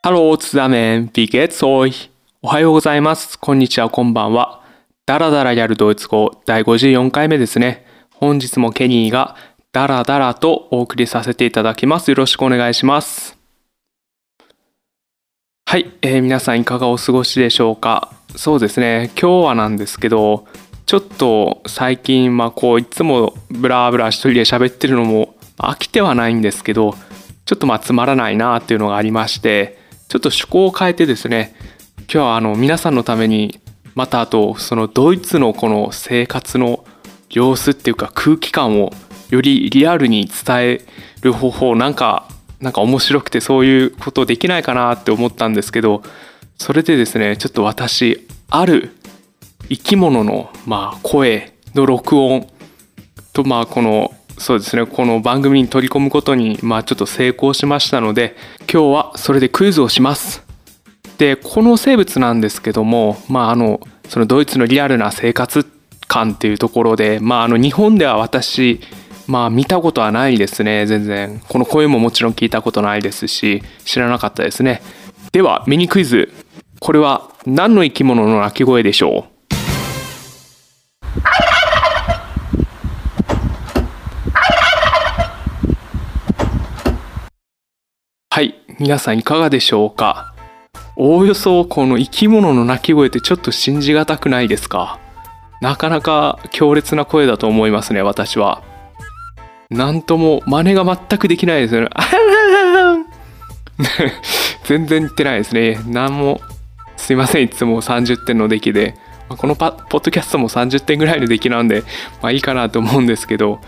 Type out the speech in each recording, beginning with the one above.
Hallo zusammen, wie geht's euch? おはようございます。こんにちは、こんばんは。ダラダラやるドイツ語第54回目ですね。本日もケニーがダラダラとお送りさせていただきます。よろしくお願いします。はい、皆さんいかがお過ごしでしょうか。そうですね、今日はなんですけど、ちょっと最近いつもブラブラ一人で喋ってるのも飽きてはないんですけど、ちょっとつまらないなっていうのがありまして、ちょっと趣向を変えてですね、今日は皆さんのためにまたあとそのドイツのこの生活の様子っていうか空気感をよりリアルに伝える方法なんか面白くてそういうことできないかなって思ったんですけど、それでですねちょっと私ある生き物の声の録音とそうですねこの番組に取り込むことにちょっと成功しましたので、今日はそれでクイズをします。でこの生物なんですけどもそのドイツのリアルな生活感っていうところで日本では私見たことはないですね。全然この声ももちろん聞いたことないですし知らなかったですね。ではミニクイズ、これは何の生き物の鳴き声でしょう？はい、皆さんいかがでしょうか。おおよそこの生き物の鳴き声ってちょっと信じがたくないですか？なかなか強烈な声だと思いますね。私はなんとも真似が全くできないですよね。全然言ってないですね。なんもすいません、いつも30点の出来で、このポッドキャストも30点ぐらいの出来なんでいいかなと思うんですけど、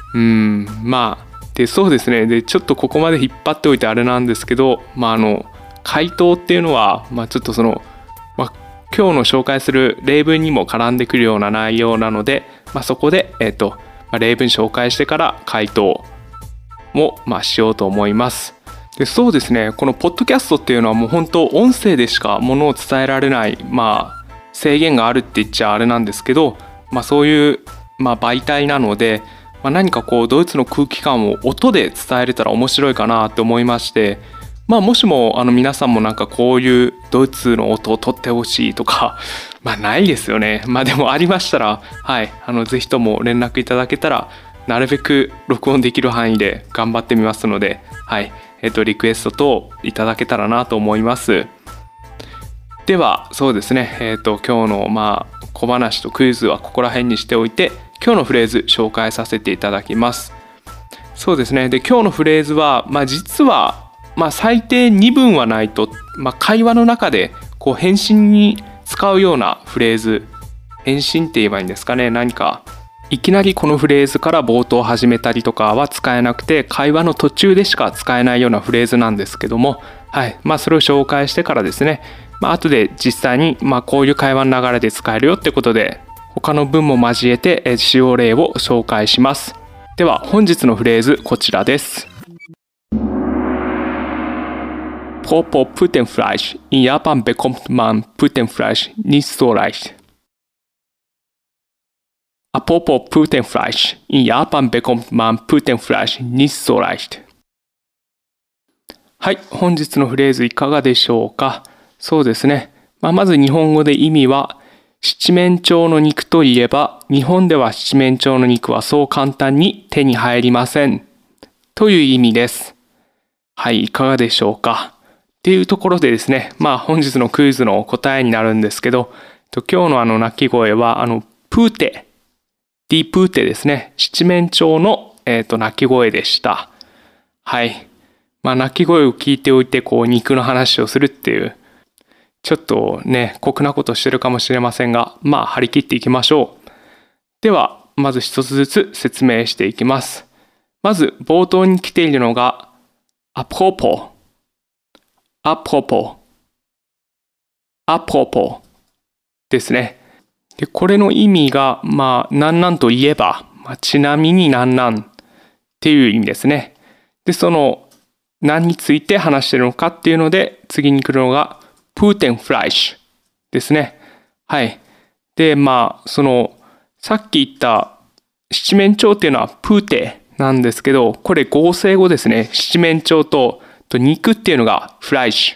でそうですね。でちょっとここまで引っ張っておいてあれなんですけど、回答っていうのはちょっとその、今日の紹介する例文にも絡んでくるような内容なので、そこで例文紹介してから回答もしようと思います。でそうですね、このポッドキャストっていうのはもう本当音声でしかものを伝えられない制限があるって言っちゃあれなんですけど、そういう媒体なので、何かドイツの空気感を音で伝えれたら面白いかなと思いまして、もしも皆さんもこういうドイツの音を取ってほしいとかないですよね。でもありましたらぜひとも連絡いただけたらなるべく録音できる範囲で頑張ってみますので、リクエスト等いただけたらなと思います。ではそうですね、今日の小話とクイズはここら辺にしておいて、今日のフレーズ紹介させていただきます。そうですね。で今日のフレーズは実は最低2文はないと、会話の中で返信に使うようなフレーズ、返信って言えばいいんですかね。何かいきなりこのフレーズから冒頭を始めたりとかは使えなくて、会話の途中でしか使えないようなフレーズなんですけども、それを紹介してからですね、後で実際にこういう会話の流れで使えるよってことで他の文も交えて使用例を紹介します。では本日のフレーズこちらです。Apropos Putenfleisch. In Japan bekommt man Putenfleisch nicht so leicht. Apropos Putenfleisch. In Japan bekommt man Putenfleisch nicht so leicht. はい、本日のフレーズいかがでしょうか。そうですね。まず日本語で意味は、七面鳥の肉といえば、日本では七面鳥の肉はそう簡単に手に入りません。という意味です。はい、いかがでしょうか。っていうところでですね、本日のクイズの答えになるんですけど、今日の鳴き声はプーテ、ディプーテですね。七面鳥の鳴き声でした。はい。鳴き声を聞いておいて肉の話をするっていうちょっとね酷なことしてるかもしれませんが、張り切っていきましょう。ではまず一つずつ説明していきます。まず冒頭に来ているのがアプロポアプロポアプロポですね。でこれの意味がなんなんといえば、ちなみになんなんっていう意味ですね。でその何について話しているのかっていうので、次に来るのがプーテンフライシュですね。はい。でそのさっき言った七面鳥っていうのはプーテなんですけど、これ合成語ですね。七面鳥と肉っていうのがフライシュっ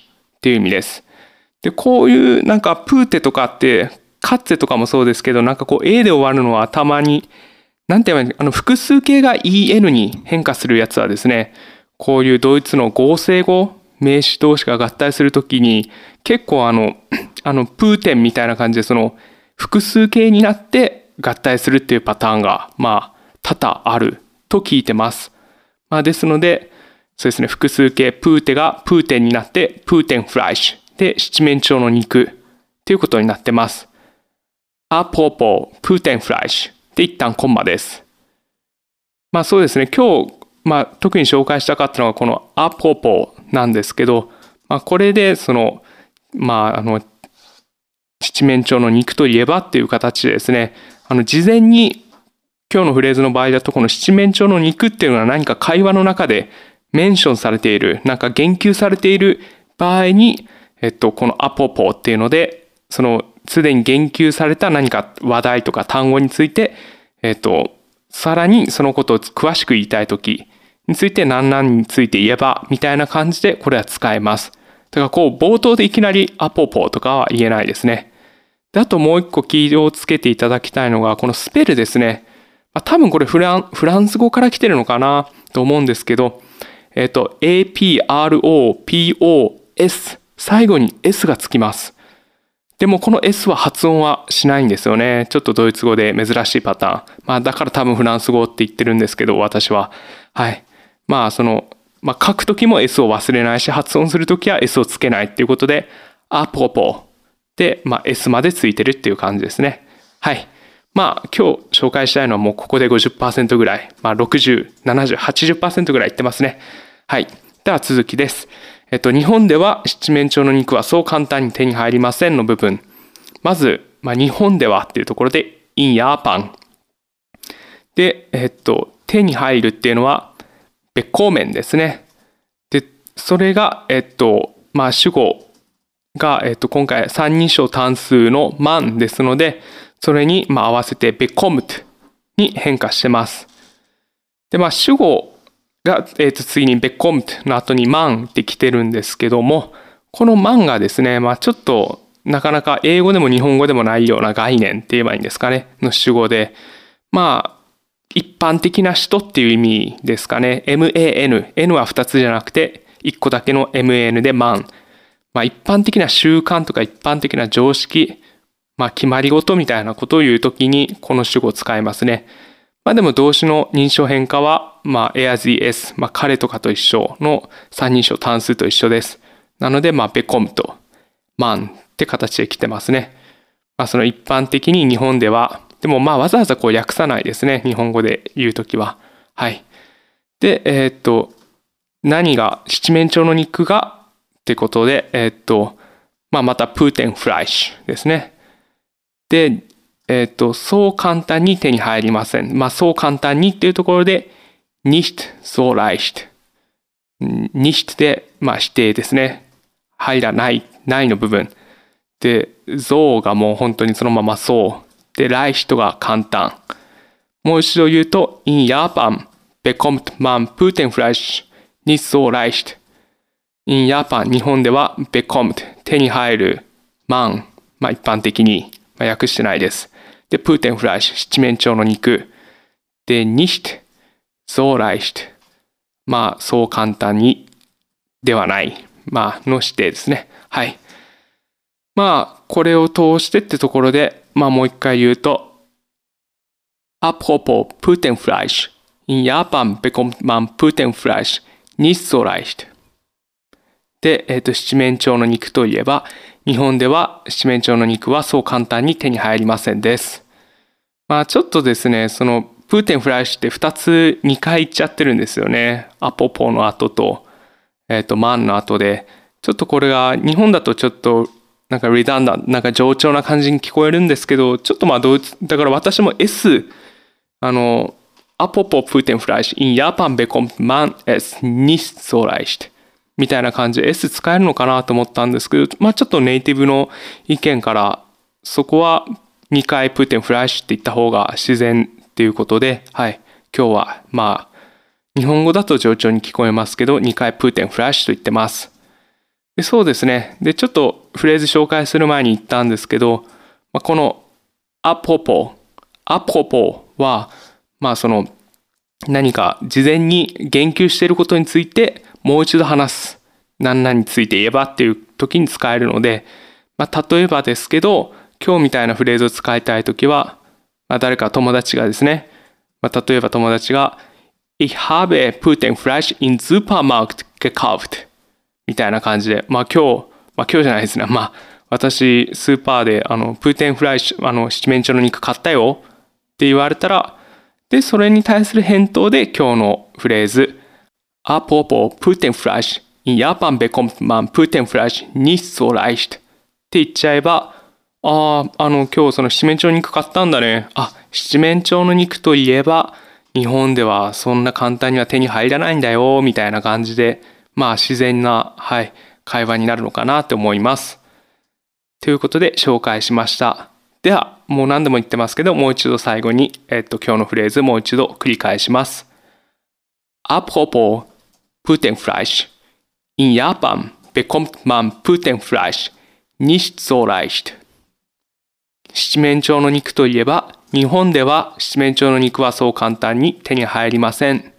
っていう意味です。で、こういうなんかプーテとかってカッツェとかもそうですけど、なんかこう A で終わるのはたまに、なんて言えばいいの、複数形が EN に変化するやつはですね、こういうドイツの合成語、名詞同士が合体するときに、結構プーテンみたいな感じでその複数形になって合体するっていうパターンが、多々あると聞いてます。ですので、そうですね、複数形、プーテがプーテンになって、プーテンフライシュで七面鳥の肉ということになってます。アポポ、プーテンフライシュで一旦コンマです。そうですね、今日、特に紹介したかったのはこのアポポなんですけど、これでその、七面鳥の肉といえばっていう形でですね、事前に今日のフレーズの場合だとこの七面鳥の肉っていうのは何か会話の中でメンションされている、なんか言及されている場合に、このアポポっていうので、そのすでに言及された何か話題とか単語について、さらにそのことを詳しく言いたいときについて何々について言えばみたいな感じでこれは使えます。だからこう冒頭でいきなりアポポとかは言えないですね。であともう一個気をつけていただきたいのがこのスペルですね。多分これフランス語から来てるのかなと思うんですけど、APROPOS 最後に S がつきます。でもこの S は発音はしないんですよね。ちょっとドイツ語で珍しいパターン。だから多分フランス語って言ってるんですけど、私は。はい。書くときも S を忘れないし、発音するときは S をつけないっていうことで、アポポで、S までついてるっていう感じですね。はい。今日紹介したいのはもうここで 50% ぐらい、60、70、80% ぐらいいってますね。はい。では続きです。日本では七面鳥の肉はそう簡単に手に入りませんの部分。まず、日本ではっていうところで、in Japan。で、手に入るっていうのは、ベコーメンですね。で、それが、主語が、今回三人称単数のマンですので、それに、合わせてベコムトに変化してます。で、主語が、次にベコムトの後にマンって来てるんですけども、このマンがですね、ちょっとなかなか英語でも日本語でもないような概念って言えばいいんですかね、の主語で、一般的な人っていう意味ですかね。MAN。N は2つじゃなくて、1個だけの MAN でman。一般的な習慣とか一般的な常識、決まり事みたいなことを言うときに、この主語を使いますね。でも動詞の認証変化は、as is、彼とかと一緒の三人称単数と一緒です。なので、ベコムと man って形で来てますね。その一般的に日本では、でもわざわざこう訳さないですね。日本語で言うときは。はい。で、何が、七面鳥の肉がってことで、またプーテンフライシュですね。で、そう簡単に手に入りません。そう簡単にっていうところで、nicht so leicht。nicht で、否定ですね。入らない、ないの部分。で、so がもう本当にそのままそう。で、leicht が簡単。もう一度言うと、in Japan bekommt man Putenfleisch nicht so leicht。in Japan 日本では bekommt 手に入る man 一般的に、訳してないです。で、Putenfleisch 七面鳥の肉。で、nicht so leicht そう簡単にではない。の指定ですね。はい。これを通してってところで、もう一回言うと、Apropos Putenfleisch. In Japan bekommt man Putenfleisch nicht so leicht. で、七面鳥の肉といえば、日本では七面鳥の肉はそう簡単に手に入りませんです。ちょっとですね、そのプーテンフライシュって2回言っちゃってるんですよね。アポポの後と、マンの後で、ちょっとこれが日本だとちょっとなんかリダンダン、なんか冗長な感じに聞こえるんですけど、ちょっとだから私も S、アポポプーテンフライシュ、in Japan bekommt man es nicht so leicht。みたいな感じで S 使えるのかなと思ったんですけど、ちょっとネイティブの意見からそこは2回プーテンフライシュって言った方が自然っていうことで、はい、今日は日本語だと冗長に聞こえますけど2回プーテンフライシュと言ってます。 でそうですね。で、ちょっとフレーズ紹介する前に言ったんですけど、このアポポは、その何か事前に言及していることについてもう一度話す。何々について言えばっていう時に使えるので、例えばですけど、今日みたいなフレーズを使いたいときは、誰か友達がですね、例えば友達がIch habe Putenfleisch in Supermarkt gekauft みたいな感じで、今日じゃないですね。私スーパーでプーテンフライシュ七面鳥の肉買ったよって言われたら、でそれに対する返答で今日のフレーズ Apropos Putenfleisch in Japan bekommt man Putenfleisch nicht so leicht って言っちゃえば、今日その七面鳥の肉買ったんだね。七面鳥の肉といえば日本ではそんな簡単には手に入らないんだよみたいな感じで、自然な、会話になるのかなと思います。ということで紹介しました。ではもう何度も言ってますけど、もう一度最後に、今日のフレーズもう一度繰り返します。Apropos Putenfleisch in Japan bekommt man Putenfleisch nicht so leicht。七面鳥の肉といえば日本では七面鳥の肉はそう簡単に手に入りません。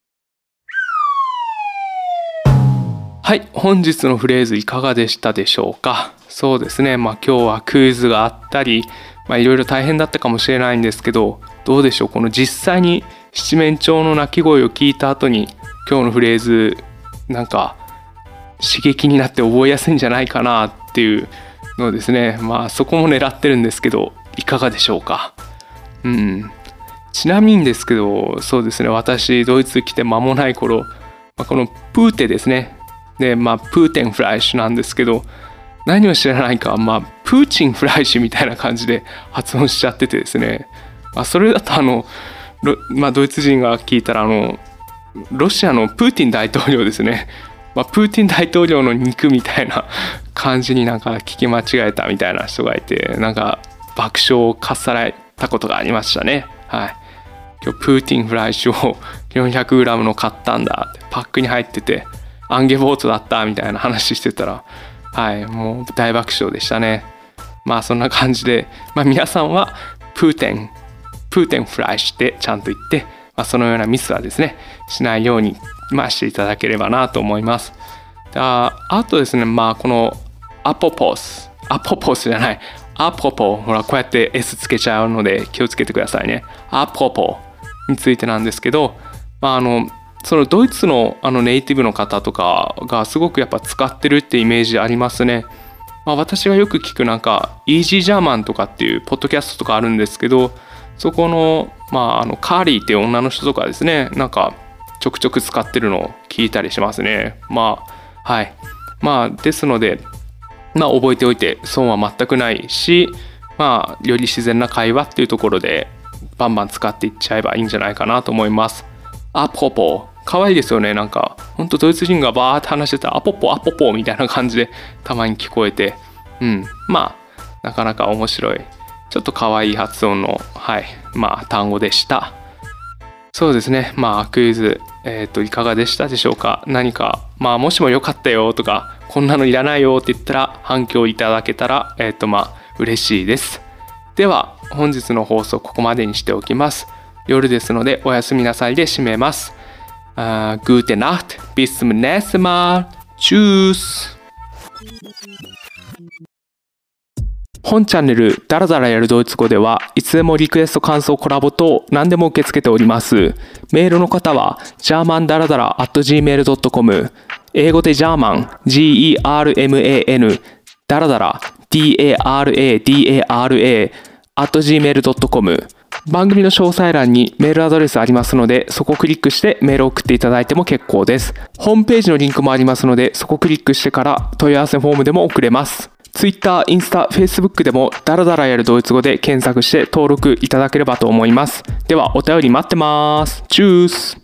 はい、本日のフレーズいかがでしたでしょうか。そうですね、今日はクイズがあったり、いろいろ大変だったかもしれないんですけど、どうでしょう、この実際に七面鳥の鳴き声を聞いた後に今日のフレーズなんか刺激になって覚えやすいんじゃないかなっていうのですね。そこも狙ってるんですけど、いかがでしょうか。ちなみにですけど、そうですね、私ドイツ来て間もない頃、このプーテですね、でプーテンフライシュなんですけど、何を知らないか、プーチンフライシュみたいな感じで発音しちゃっててですね、それだとドイツ人が聞いたらロシアのプーティン大統領ですね、プーティン大統領の肉みたいな感じに聞き間違えたみたいな人がいて、爆笑をかっさられたことがありましたね。今日プーティンフライシュを 400g の買ったんだって、パックに入っててアンゲボートだったみたいな話してたら、もう大爆笑でしたね。そんな感じで、皆さんはプーテンフライシュってちゃんと言って、そのようなミスはですねしないようにしていただければなと思います。あとですね、このアポポじゃないアポポ、ほらこうやって S つけちゃうので気をつけてくださいね。アポポについてなんですけど、そのドイツのネイティブの方とかがすごくやっぱ使ってるってイメージありますね。私がよく聞くイージージャーマンとかっていうポッドキャストとかあるんですけど、そこのカーリーっていう女の人とかですね、ちょくちょく使ってるのを聞いたりしますね。ですので覚えておいて損は全くないし、より自然な会話っていうところでバンバン使っていっちゃえばいいんじゃないかなと思います。アポポ、かわいいですよね。ほんとドイツ人がバーって話してたらアポポみたいな感じでたまに聞こえて、なかなか面白い、ちょっとかわいい発音の単語でした。そうですね、クイズ、いかがでしたでしょうか。何かもしもよかったよとか、こんなのいらないよって言ったら反響いただけたら嬉しいです。では本日の放送ここまでにしておきます。夜ですのでおやすみなさいで締めます。Gute Nacht, bis zum nächsten Mal. Tschüss。本チャンネルダラダラやるドイツ語ではいつでもリクエスト、感想、コラボ等何でも受け付けております。メールの方は germandaradara@gmail.com、 英語でジャーマン GERMAN ダラダラ DARADARA@gmail.com、 番組の詳細欄にメールアドレスありますので、そこをクリックしてメールを送っていただいても結構です。ホームページのリンクもありますので、そこをクリックしてから問い合わせフォームでも送れます。Twitter、インスタ、Facebook でもダラダラやるドイツ語で検索して登録いただければと思います。ではお便り待ってます。チュース。